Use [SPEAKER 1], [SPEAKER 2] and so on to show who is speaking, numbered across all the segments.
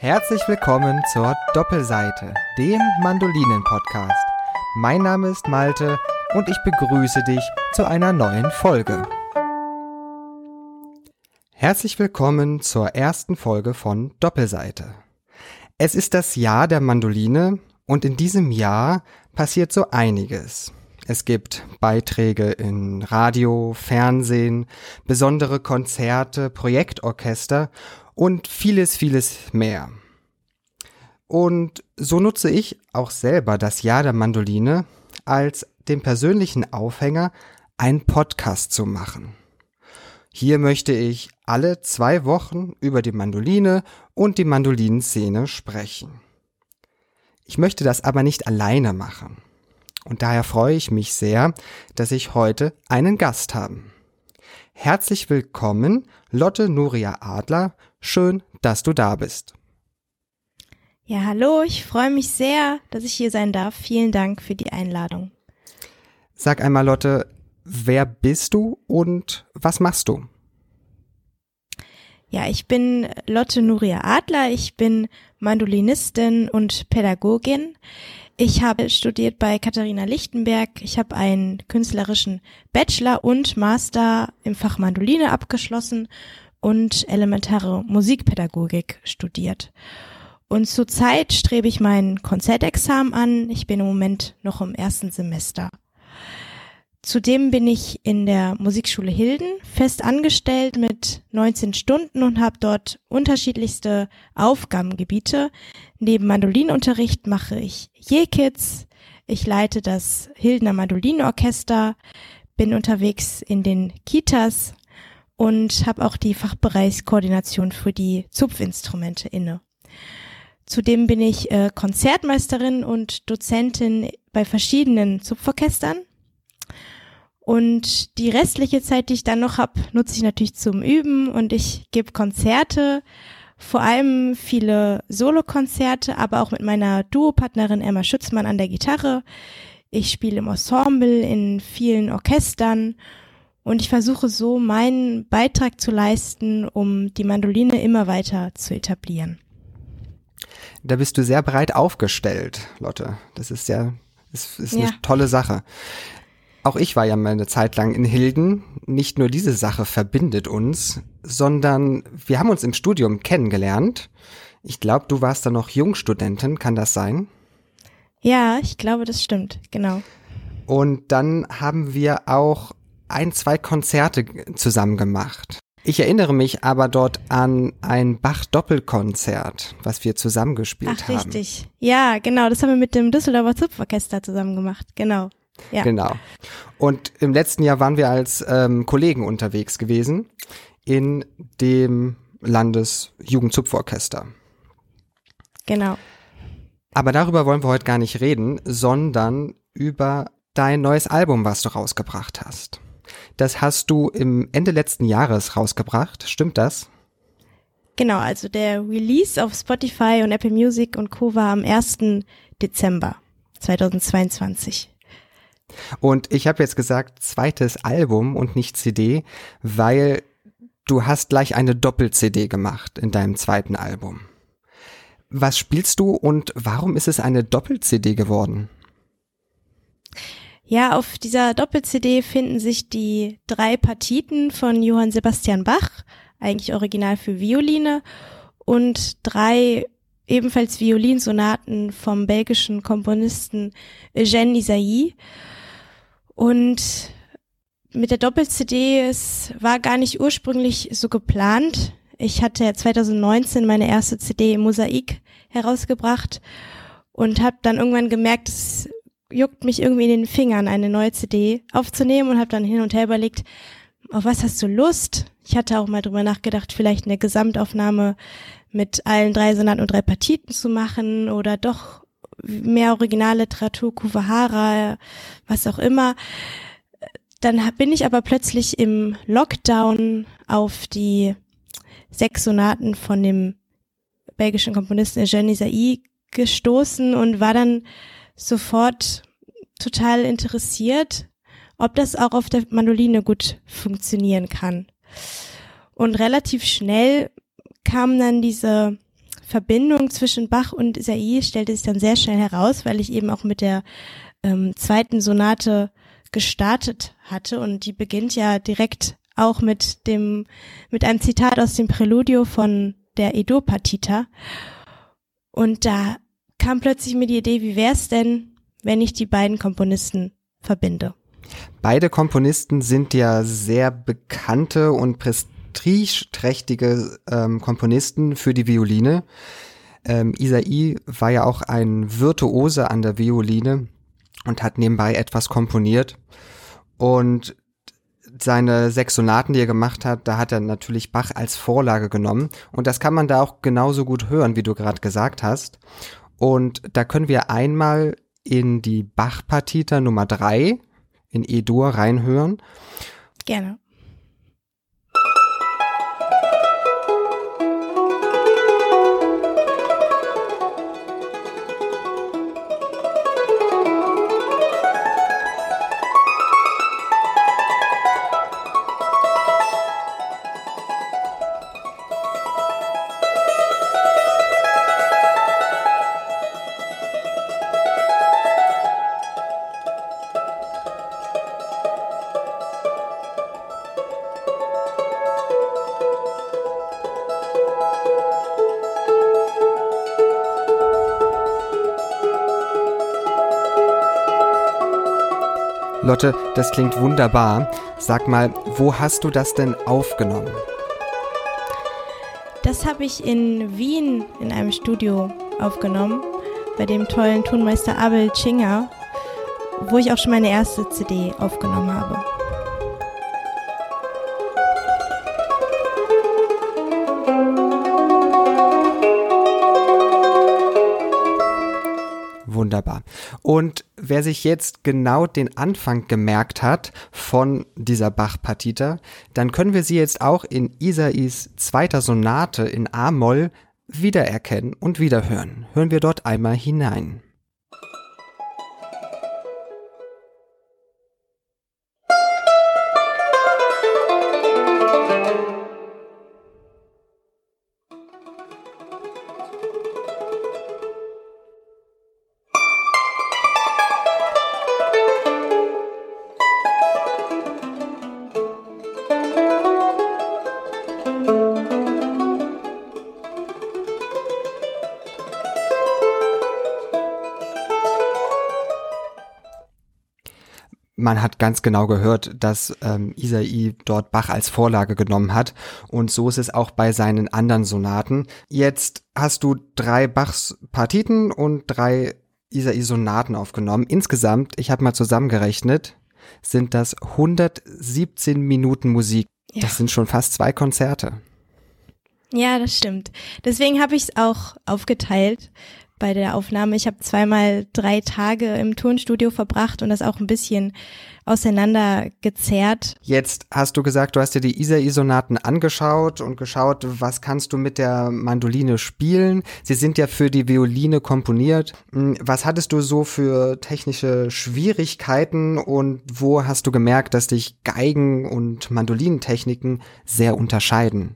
[SPEAKER 1] Herzlich willkommen zur Doppelseite, dem Mandolinen-Podcast. Mein Name ist Malte und ich begrüße dich zu einer neuen Folge. Herzlich willkommen zur ersten Folge von Doppelseite. Es ist das Jahr der Mandoline und in diesem Jahr passiert so einiges. Es gibt Beiträge in Radio, Fernsehen, besondere Konzerte, Projektorchester und vieles mehr. Und so nutze ich auch selber das Jahr der Mandoline als den persönlichen Aufhänger, einen Podcast zu machen. Hier möchte ich alle 2 Wochen über die Mandoline und die Mandolinenszene sprechen. Ich möchte das aber nicht alleine machen. Und daher freue ich mich sehr, dass ich heute einen Gast habe. Herzlich willkommen, Lotte Nuria Adler. Schön, dass du da bist.
[SPEAKER 2] Ja, hallo, ich freue mich sehr, dass ich hier sein darf. Vielen Dank für die Einladung.
[SPEAKER 1] Sag einmal, Lotte, wer bist du und was machst du?
[SPEAKER 2] Ja, ich bin Lotte Nuria Adler, ich bin Mandolinistin und Pädagogin. Ich habe studiert bei Katharina Lichtenberg. Ich habe einen künstlerischen Bachelor und Master im Fach Mandoline abgeschlossen und elementare Musikpädagogik studiert. Und zurzeit strebe ich mein Konzertexamen an. Ich bin im Moment noch im 1. Semester. Zudem bin ich in der Musikschule Hilden fest angestellt mit 19 Stunden und habe dort unterschiedlichste Aufgabengebiete. Neben Mandolinenunterricht mache ich J-Kids, ich leite das Hildener Mandolinenorchester, bin unterwegs in den Kitas und habe auch die Fachbereichskoordination für die Zupfinstrumente inne. Zudem bin ich Konzertmeisterin und Dozentin bei verschiedenen Zupforchestern. Und die restliche Zeit, die ich dann noch habe, nutze ich natürlich zum Üben und ich gebe Konzerte, vor allem viele Solokonzerte, aber auch mit meiner Duopartnerin Emma Schützmann an der Gitarre. Ich spiele im Ensemble, in vielen Orchestern und ich versuche so meinen Beitrag zu leisten, um die Mandoline immer weiter zu etablieren.
[SPEAKER 1] Da bist du sehr breit aufgestellt, Lotte. Das ist eine tolle Sache. Auch ich war ja mal eine Zeit lang in Hilden. Nicht nur diese Sache verbindet uns, sondern wir haben uns im Studium kennengelernt. Ich glaube, du warst da noch Jungstudentin, kann das sein?
[SPEAKER 2] Ja, ich glaube, das stimmt, genau.
[SPEAKER 1] Und dann haben wir auch 1-2 Konzerte zusammen gemacht. Ich erinnere mich aber dort an ein Bach-Doppelkonzert, was wir zusammen gespielt haben.
[SPEAKER 2] Ach, richtig. Ja, genau, das haben wir mit dem Düsseldorfer Zupforchester zusammen gemacht, genau. Ja.
[SPEAKER 1] Genau. Und im letzten Jahr waren wir als Kollegen unterwegs gewesen in dem Landesjugendzupforchester.
[SPEAKER 2] Genau.
[SPEAKER 1] Aber darüber wollen wir heute gar nicht reden, sondern über dein neues Album, was du rausgebracht hast. Das hast du im Ende letzten Jahres rausgebracht, stimmt das?
[SPEAKER 2] Genau, also der Release auf Spotify und Apple Music und Co. war am 1. Dezember 2022.
[SPEAKER 1] Und ich habe jetzt gesagt, zweites Album und nicht CD, weil du hast gleich eine Doppel-CD gemacht in deinem zweiten Album. Was spielst du und warum ist es eine Doppel-CD geworden?
[SPEAKER 2] Ja, auf dieser Doppel-CD finden sich die 3 Partiten von Johann Sebastian Bach, eigentlich original für Violine, und 3 ebenfalls Violinsonaten vom belgischen Komponisten Eugène Ysaÿe. Und mit der Doppel-CD, es war gar nicht ursprünglich so geplant. Ich hatte ja 2019 meine erste CD Mosaik herausgebracht und habe dann irgendwann gemerkt, es juckt mich irgendwie in den Fingern, eine neue CD aufzunehmen und habe dann hin und her überlegt, auf was hast du Lust? Ich hatte auch mal drüber nachgedacht, vielleicht eine Gesamtaufnahme mit allen 3 Sonaten und 3 Partiten zu machen oder doch mehr Originalliteratur, Kuwahara, was auch immer. Dann bin ich aber plötzlich im Lockdown auf die 6 Sonaten von dem belgischen Komponisten Eugène Ysaÿe gestoßen und war dann sofort total interessiert, ob das auch auf der Mandoline gut funktionieren kann. Und relativ schnell kam dann diese Verbindung zwischen Bach und Isai stellte sich dann sehr schnell heraus, weil ich eben auch mit der zweiten Sonate gestartet hatte und die beginnt ja direkt auch mit einem Zitat aus dem Präludio von der Edo-Partita. Und da kam plötzlich mir die Idee, wie wäre es denn, wenn ich die beiden Komponisten verbinde?
[SPEAKER 1] Beide Komponisten sind ja sehr bekannte und prestigeträchtige Komponisten für die Violine. Isai war ja auch ein Virtuose an der Violine und hat nebenbei etwas komponiert. Und seine 6 Sonaten, die er gemacht hat, da hat er natürlich Bach als Vorlage genommen. Und das kann man da auch genauso gut hören, wie du gerade gesagt hast. Und da können wir einmal in die Bach-Partita Nummer 3 in E-Dur reinhören.
[SPEAKER 2] Gerne.
[SPEAKER 1] Lotte, das klingt wunderbar. Sag mal, wo hast du das denn aufgenommen?
[SPEAKER 2] Das habe ich in Wien in einem Studio aufgenommen, bei dem tollen Tonmeister Abel Tschinger, wo ich auch schon meine erste CD aufgenommen habe.
[SPEAKER 1] Wunderbar. Und wer sich jetzt genau den Anfang gemerkt hat von dieser Bach-Partita, dann können wir sie jetzt auch in Isais zweiter Sonate in A-Moll wiedererkennen und wiederhören. Hören wir dort einmal hinein. Man hat ganz genau gehört, dass Isai dort Bach als Vorlage genommen hat und so ist es auch bei seinen anderen Sonaten. Jetzt hast du 3 Bachs Partiten und 3 Isai-Sonaten aufgenommen. Insgesamt, ich habe mal zusammengerechnet, sind das 117 Minuten Musik. Ja. Das sind schon fast 2 Konzerte.
[SPEAKER 2] Ja, das stimmt. Deswegen habe ich es auch aufgeteilt bei der Aufnahme. Ich habe 2x3 Tage im Tonstudio verbracht und das auch ein bisschen auseinander gezerrt.
[SPEAKER 1] Jetzt hast du gesagt, du hast dir die Isai-Sonaten angeschaut und geschaut, was kannst du mit der Mandoline spielen. Sie sind ja für die Violine komponiert. Was hattest du so für technische Schwierigkeiten und wo hast du gemerkt, dass dich Geigen- und Mandolinentechniken sehr unterscheiden?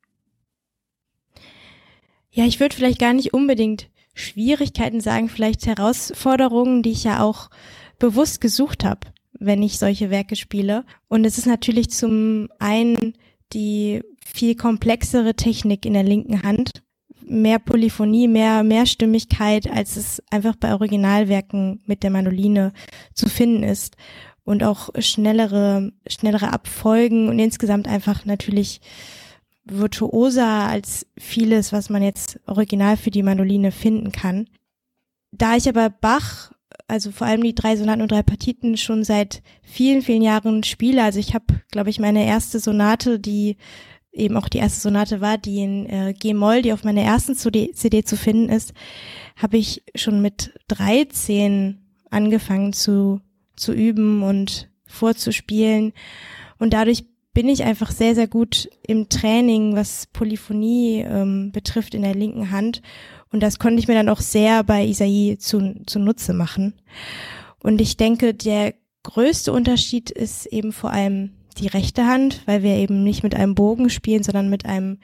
[SPEAKER 2] Ja, ich würde vielleicht gar nicht unbedingt Schwierigkeiten sagen, vielleicht Herausforderungen, die ich ja auch bewusst gesucht habe, wenn ich solche Werke spiele. Und es ist natürlich zum einen die viel komplexere Technik in der linken Hand, mehr Polyphonie, mehr Stimmigkeit, als es einfach bei Originalwerken mit der Mandoline zu finden ist. Und auch schnellere Abfolgen und insgesamt einfach natürlich virtuoser als vieles, was man jetzt original für die Mandoline finden kann. Da ich aber Bach, also vor allem die 3 Sonaten und 3 Partiten schon seit vielen, vielen Jahren spiele, also ich habe, glaube ich, meine erste Sonate, die eben auch die erste Sonate war, die in G-Moll, die auf meiner ersten CD zu finden ist, habe ich schon mit 13 angefangen zu üben und vorzuspielen und dadurch bin ich einfach sehr, sehr gut im Training, was Polyphonie betrifft in der linken Hand. Und das konnte ich mir dann auch sehr bei Isai zunutze machen. Und ich denke, der größte Unterschied ist eben vor allem die rechte Hand, weil wir eben nicht mit einem Bogen spielen, sondern mit einem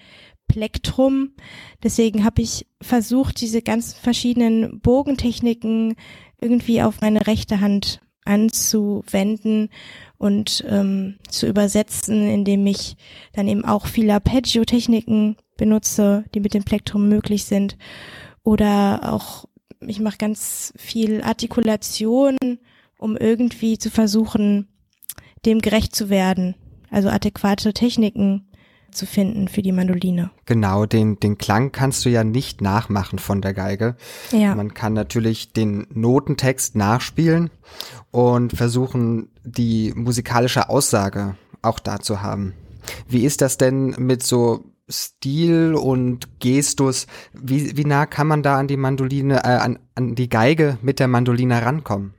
[SPEAKER 2] Plektrum. Deswegen habe ich versucht, diese ganzen verschiedenen Bogentechniken irgendwie auf meine rechte Hand anzuwenden und zu übersetzen, indem ich dann eben auch viele Arpeggio-Techniken benutze, die mit dem Plektrum möglich sind. Oder auch, ich mache ganz viel Artikulation, um irgendwie zu versuchen, dem gerecht zu werden. Also adäquate Techniken zu finden für die Mandoline.
[SPEAKER 1] Genau, den Klang kannst du ja nicht nachmachen von der Geige.
[SPEAKER 2] Ja.
[SPEAKER 1] Man kann natürlich den Notentext nachspielen und versuchen, die musikalische Aussage auch da zu haben. Wie ist das denn mit so Stil und Gestus? Wie nah kann man da an die Mandoline, an die Geige mit der Mandoline rankommen?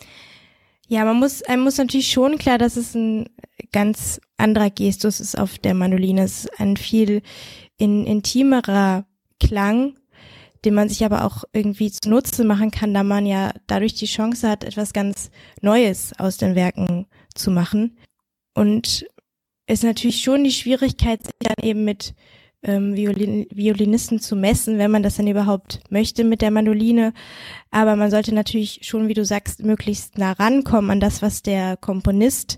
[SPEAKER 2] Ja, einem muss natürlich schon klar, dass es ein ganz anderer Gestus ist auf der Mandoline. Es ist ein viel intimerer Klang, den man sich aber auch irgendwie zunutze machen kann, da man ja dadurch die Chance hat, etwas ganz Neues aus den Werken zu machen. Und es ist natürlich schon die Schwierigkeit, sich dann eben mit Violinisten zu messen, wenn man das dann überhaupt möchte mit der Mandoline. Aber man sollte natürlich schon, wie du sagst, möglichst nah rankommen an das, was der Komponist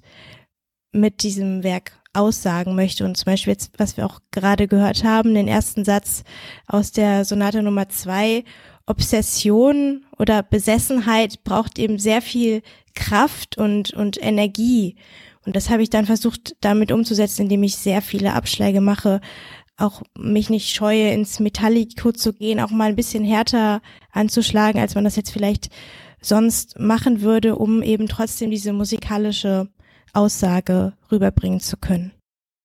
[SPEAKER 2] mit diesem Werk aussagen möchte. Und zum Beispiel jetzt, was wir auch gerade gehört haben, den ersten Satz aus der Sonate Nummer 2, Obsession oder Besessenheit braucht eben sehr viel Kraft und Energie. Und das habe ich dann versucht, damit umzusetzen, indem ich sehr viele Abschläge mache, auch mich nicht scheue, ins Metallico zu gehen, auch mal ein bisschen härter anzuschlagen, als man das jetzt vielleicht sonst machen würde, um eben trotzdem diese musikalische Aussage rüberbringen zu können.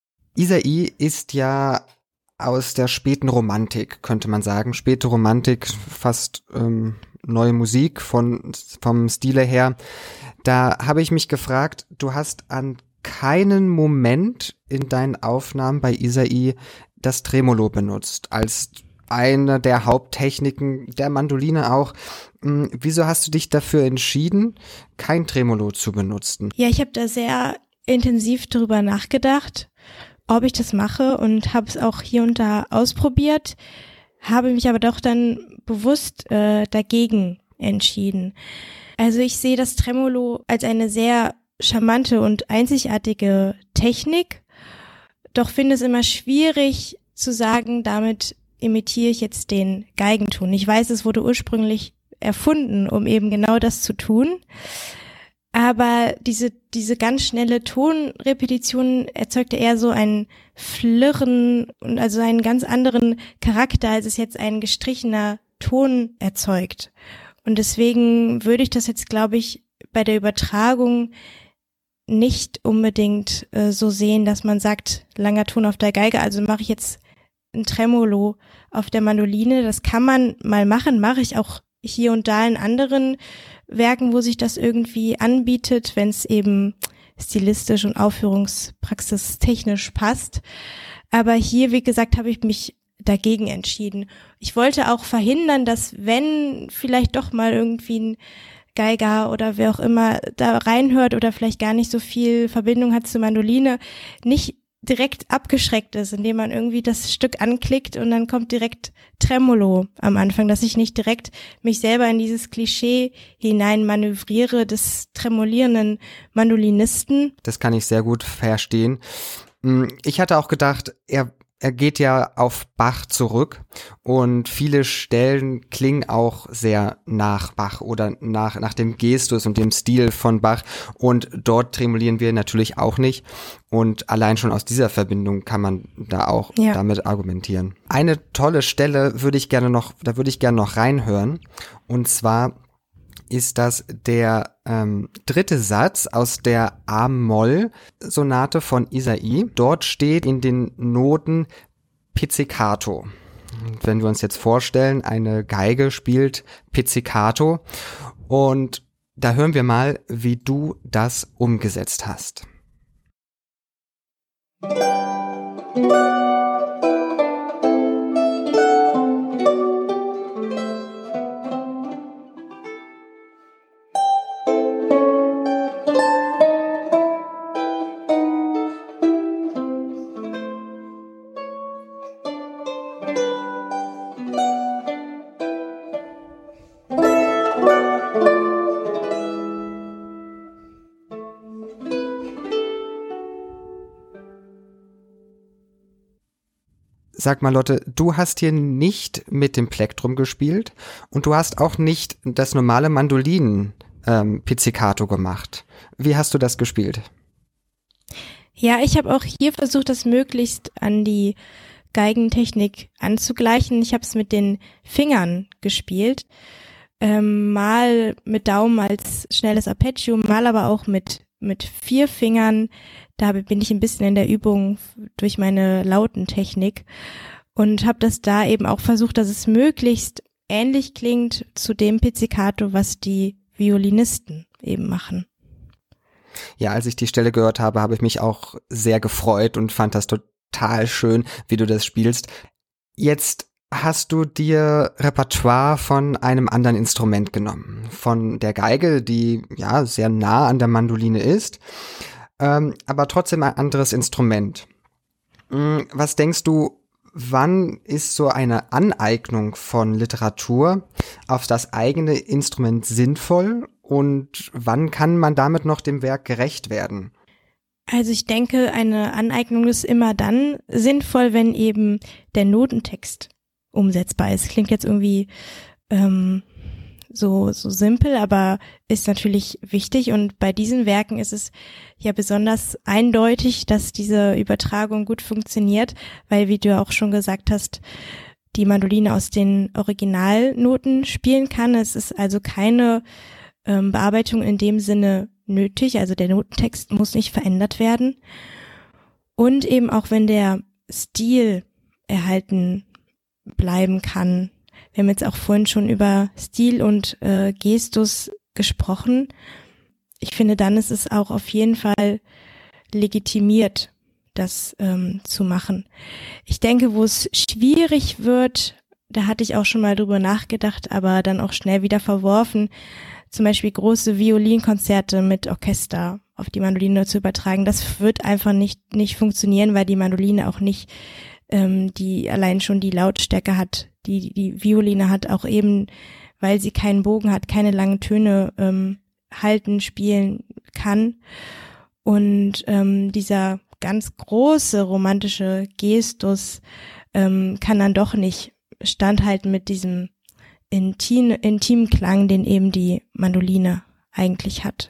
[SPEAKER 1] Isai ist ja aus der späten Romantik, könnte man sagen. Späte Romantik, fast neue Musik vom Stile her. Da habe ich mich gefragt, du hast an keinen Moment in deinen Aufnahmen bei Isai das Tremolo benutzt, als eine der Haupttechniken der Mandoline auch. Wieso hast du dich dafür entschieden, kein Tremolo zu benutzen?
[SPEAKER 2] Ja, ich habe da sehr intensiv drüber nachgedacht, ob ich das mache, und habe es auch hier und da ausprobiert, habe mich aber doch dann bewusst dagegen entschieden. Also ich sehe das Tremolo als eine sehr charmante und einzigartige Technik, doch finde es immer schwierig zu sagen, damit imitiere ich jetzt den Geigenton. Ich weiß, es wurde ursprünglich erfunden, um eben genau das zu tun. Aber diese ganz schnelle Tonrepetition erzeugte eher so ein Flirren und also einen ganz anderen Charakter, als es jetzt ein gestrichener Ton erzeugt. Und deswegen würde ich das jetzt, glaube ich, bei der Übertragung nicht unbedingt so sehen, dass man sagt, langer Ton auf der Geige, also mache ich jetzt ein Tremolo auf der Mandoline. Das kann man mal machen, mache ich auch hier und da in anderen Werken, wo sich das irgendwie anbietet, wenn es eben stilistisch und aufführungspraxistechnisch passt. Aber hier, wie gesagt, habe ich mich dagegen entschieden. Ich wollte auch verhindern, dass wenn vielleicht doch mal irgendwie ein Geiger oder wer auch immer da reinhört oder vielleicht gar nicht so viel Verbindung hat zur Mandoline, nicht direkt abgeschreckt ist, indem man irgendwie das Stück anklickt und dann kommt direkt Tremolo am Anfang, dass ich nicht direkt mich selber in dieses Klischee hinein manövriere des tremolierenden Mandolinisten.
[SPEAKER 1] Das kann ich sehr gut verstehen. Ich hatte auch gedacht, er geht ja auf Bach zurück und viele Stellen klingen auch sehr nach Bach oder nach dem Gestus und dem Stil von Bach, und dort tremolieren wir natürlich auch nicht, und allein schon aus dieser Verbindung kann man da auch damit argumentieren. Eine tolle Stelle würde ich gerne noch reinhören, und zwar ist das der dritte Satz aus der A-Moll-Sonate von Isai. Dort steht in den Noten Pizzicato. Und wenn wir uns jetzt vorstellen, eine Geige spielt Pizzicato, und da hören wir mal, wie du das umgesetzt hast. Sag mal, Lotte, du hast hier nicht mit dem Plektrum gespielt und du hast auch nicht das normale Mandolinen-Pizzicato gemacht. Wie hast du das gespielt?
[SPEAKER 2] Ja, ich habe auch hier versucht, das möglichst an die Geigentechnik anzugleichen. Ich habe es mit den Fingern gespielt, mal mit Daumen als schnelles Arpeggio, mal aber auch mit 4 Fingern. Da bin ich ein bisschen in der Übung durch meine Lautentechnik und habe das da eben auch versucht, dass es möglichst ähnlich klingt zu dem Pizzicato, was die Violinisten eben machen.
[SPEAKER 1] Ja, als ich die Stelle gehört habe, habe ich mich auch sehr gefreut und fand das total schön, wie du das spielst. Jetzt hast du dir Repertoire von einem anderen Instrument genommen, von der Geige, die ja sehr nah an der Mandoline ist, aber trotzdem ein anderes Instrument. Was denkst du, wann ist so eine Aneignung von Literatur auf das eigene Instrument sinnvoll und wann kann man damit noch dem Werk gerecht werden?
[SPEAKER 2] Also ich denke, eine Aneignung ist immer dann sinnvoll, wenn eben der Notentext umsetzbar ist. Klingt jetzt irgendwie so simpel, aber ist natürlich wichtig und bei diesen Werken ist es ja besonders eindeutig, dass diese Übertragung gut funktioniert, weil, wie du auch schon gesagt hast, die Mandoline aus den Originalnoten spielen kann. Es ist also keine Bearbeitung in dem Sinne nötig, also der Notentext muss nicht verändert werden. Und eben auch wenn der Stil erhalten bleiben kann. Wir haben jetzt auch vorhin schon über Stil und Gestus gesprochen. Ich finde, dann ist es auch auf jeden Fall legitimiert, das zu machen. Ich denke, wo es schwierig wird, da hatte ich auch schon mal drüber nachgedacht, aber dann auch schnell wieder verworfen, zum Beispiel große Violinkonzerte mit Orchester auf die Mandoline zu übertragen. Das wird einfach nicht funktionieren, weil die Mandoline auch nicht die allein schon die Lautstärke hat, die Violine hat, auch eben, weil sie keinen Bogen hat, keine langen Töne halten, spielen kann. Und dieser ganz große romantische Gestus kann dann doch nicht standhalten mit diesem intimen Klang, den eben die Mandoline eigentlich hat.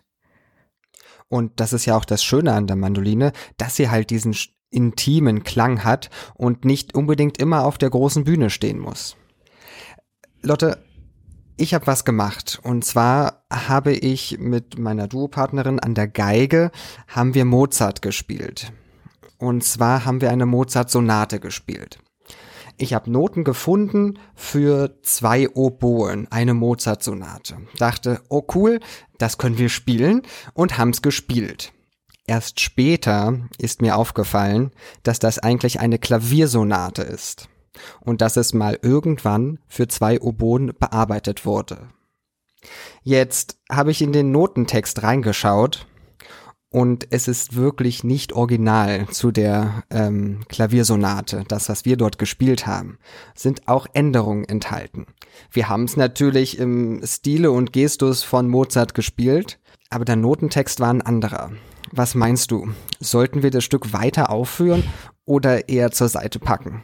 [SPEAKER 1] Und das ist ja auch das Schöne an der Mandoline, dass sie halt diesen intimen Klang hat und nicht unbedingt immer auf der großen Bühne stehen muss. Lotte, ich habe was gemacht und zwar habe ich mit meiner Duopartnerin an der Geige haben wir Mozart gespielt. Und zwar haben wir eine Mozart-Sonate gespielt. Ich habe Noten gefunden für 2 Oboen, eine Mozart-Sonate. Dachte, oh cool, das können wir spielen und haben's gespielt. Erst später ist mir aufgefallen, dass das eigentlich eine Klaviersonate ist und dass es mal irgendwann für 2 Oboen bearbeitet wurde. Jetzt habe ich in den Notentext reingeschaut und es ist wirklich nicht original zu der Klaviersonate, das, was wir dort gespielt haben. Sind auch Änderungen enthalten. Wir haben es natürlich im Stile und Gestus von Mozart gespielt, aber der Notentext war ein anderer. Was meinst du? Sollten wir das Stück weiter aufführen oder eher zur Seite packen?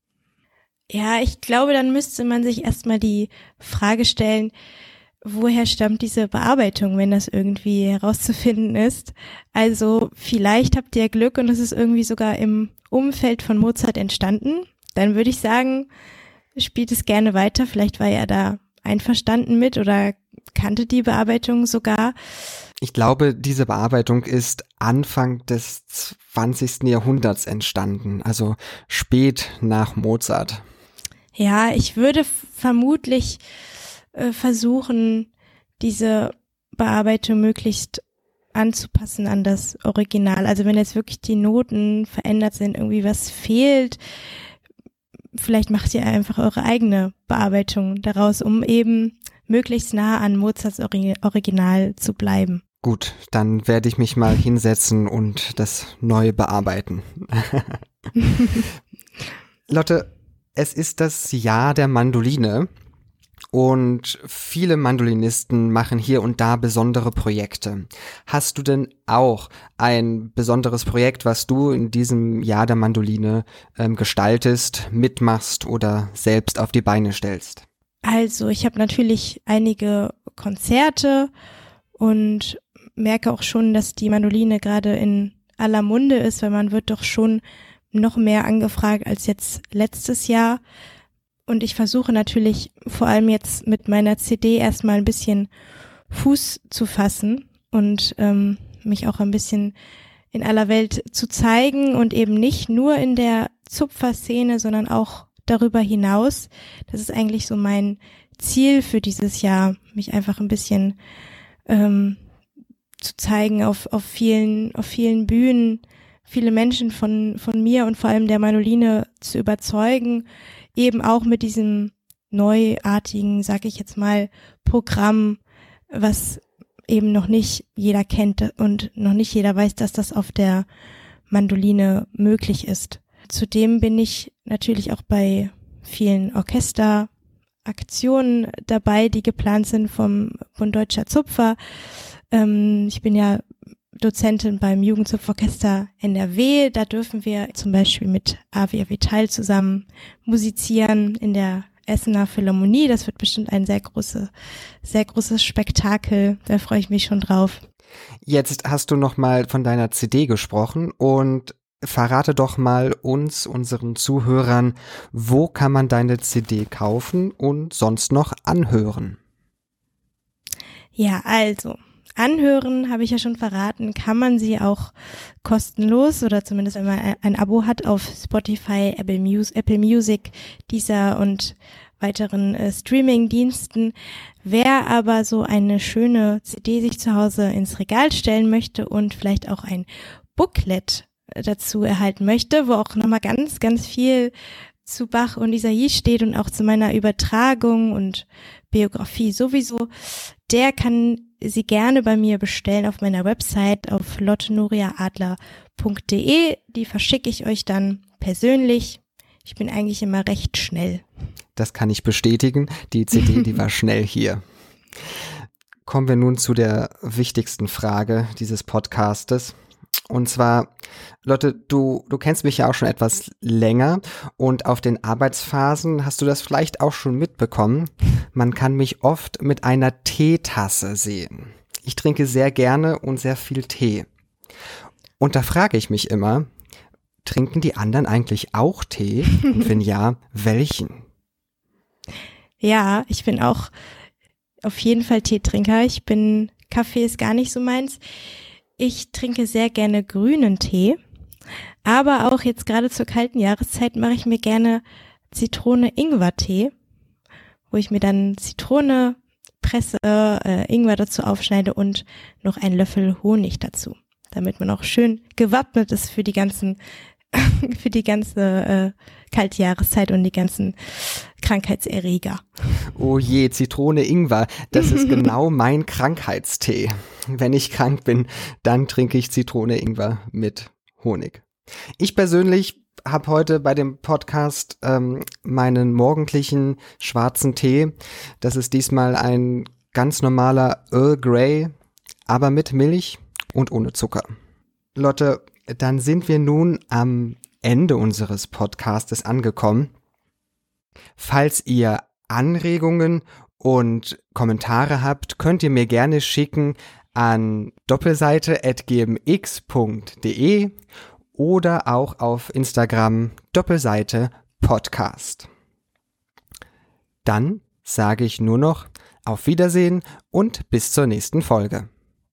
[SPEAKER 2] Ja, ich glaube, dann müsste man sich erstmal die Frage stellen, woher stammt diese Bearbeitung, wenn das irgendwie herauszufinden ist. Also vielleicht habt ihr Glück und es ist irgendwie sogar im Umfeld von Mozart entstanden. Dann würde ich sagen, spielt es gerne weiter. Vielleicht war er da einverstanden mit oder kannte die Bearbeitung sogar.
[SPEAKER 1] Ich glaube, diese Bearbeitung ist Anfang des 20. Jahrhunderts entstanden, also spät nach Mozart.
[SPEAKER 2] Ja, ich würde vermutlich versuchen, diese Bearbeitung möglichst anzupassen an das Original. Also wenn jetzt wirklich die Noten verändert sind, irgendwie was fehlt, vielleicht macht ihr einfach eure eigene Bearbeitung daraus, um eben möglichst nah an Mozarts Original zu bleiben.
[SPEAKER 1] Gut, dann werde ich mich mal hinsetzen und das neu bearbeiten. Lotte, es ist das Jahr der Mandoline und viele Mandolinisten machen hier und da besondere Projekte. Hast du denn auch ein besonderes Projekt, was du in diesem Jahr der Mandoline gestaltest, mitmachst oder selbst auf die Beine stellst?
[SPEAKER 2] Also ich habe natürlich einige Konzerte und merke auch schon, dass die Mandoline gerade in aller Munde ist, weil man wird doch schon noch mehr angefragt als jetzt letztes Jahr. Und ich versuche natürlich vor allem jetzt mit meiner CD erstmal ein bisschen Fuß zu fassen und mich auch ein bisschen in aller Welt zu zeigen und eben nicht nur in der Zupferszene, sondern auch darüber hinaus. Das ist eigentlich so mein Ziel für dieses Jahr, mich einfach ein bisschen zu zeigen auf vielen Bühnen, viele Menschen von mir und vor allem der Mandoline zu überzeugen, eben auch mit diesem neuartigen, sag ich jetzt mal, Programm, was eben noch nicht jeder kennt und noch nicht jeder weiß, dass das auf der Mandoline möglich ist. Zudem bin ich natürlich auch bei vielen Orchesteraktionen dabei, die geplant sind vom Bund Deutscher Zupfer. Ich bin ja Dozentin beim Jugendzupforchester NRW. Da dürfen wir zum Beispiel mit Avia Vital zusammen musizieren in der Essener Philharmonie. Das wird bestimmt ein sehr großes Spektakel. Da freue ich mich schon drauf.
[SPEAKER 1] Jetzt hast du noch mal von deiner CD gesprochen und verrate doch mal unseren Zuhörern, wo kann man deine CD kaufen und sonst noch anhören?
[SPEAKER 2] Ja, also anhören, habe ich ja schon verraten, kann man sie auch kostenlos oder zumindest wenn man ein Abo hat auf Spotify, Apple Music, Deezer und weiteren Streaming-Diensten. Wer aber so eine schöne CD sich zu Hause ins Regal stellen möchte und vielleicht auch ein Booklet dazu erhalten möchte, wo auch nochmal ganz, ganz viel zu Bach und Isaïe steht und auch zu meiner Übertragung und Biografie sowieso, der kann sie gerne bei mir bestellen auf meiner Website auf lottenoriaadler.de. Die verschicke ich euch dann persönlich. Ich bin eigentlich immer recht schnell.
[SPEAKER 1] Das kann ich bestätigen. Die CD, die war schnell hier. Kommen wir nun zu der wichtigsten Frage dieses Podcastes. Und zwar, Lotte, du kennst mich ja auch schon etwas länger und auf den Arbeitsphasen hast du das vielleicht auch schon mitbekommen. Man kann mich oft mit einer Teetasse sehen. Ich trinke sehr gerne und sehr viel Tee. Und da frage ich mich immer, trinken die anderen eigentlich auch Tee? Und wenn ja, welchen?
[SPEAKER 2] Ja, ich bin auch auf jeden Fall Teetrinker. Kaffee ist gar nicht so meins. Ich trinke sehr gerne grünen Tee, aber auch jetzt gerade zur kalten Jahreszeit mache ich mir gerne Zitrone-Ingwer-Tee, wo ich mir dann Zitrone presse, Ingwer dazu aufschneide und noch einen Löffel Honig dazu, damit man auch schön gewappnet ist für die ganze kalte Jahreszeit und die ganzen Krankheitserreger.
[SPEAKER 1] Oh je, Zitrone, Ingwer, das ist genau mein Krankheitstee. Wenn ich krank bin, dann trinke ich Zitrone, Ingwer mit Honig. Ich persönlich habe heute bei dem Podcast meinen morgendlichen schwarzen Tee. Das ist diesmal ein ganz normaler Earl Grey, aber mit Milch und ohne Zucker. Lotte, dann sind wir nun am Ende unseres Podcastes angekommen. Falls ihr Anregungen und Kommentare habt, könnt ihr mir gerne schicken an doppelseite@gmx.de oder auch auf Instagram Doppelseite Podcast. Dann sage ich nur noch auf Wiedersehen und bis zur nächsten Folge.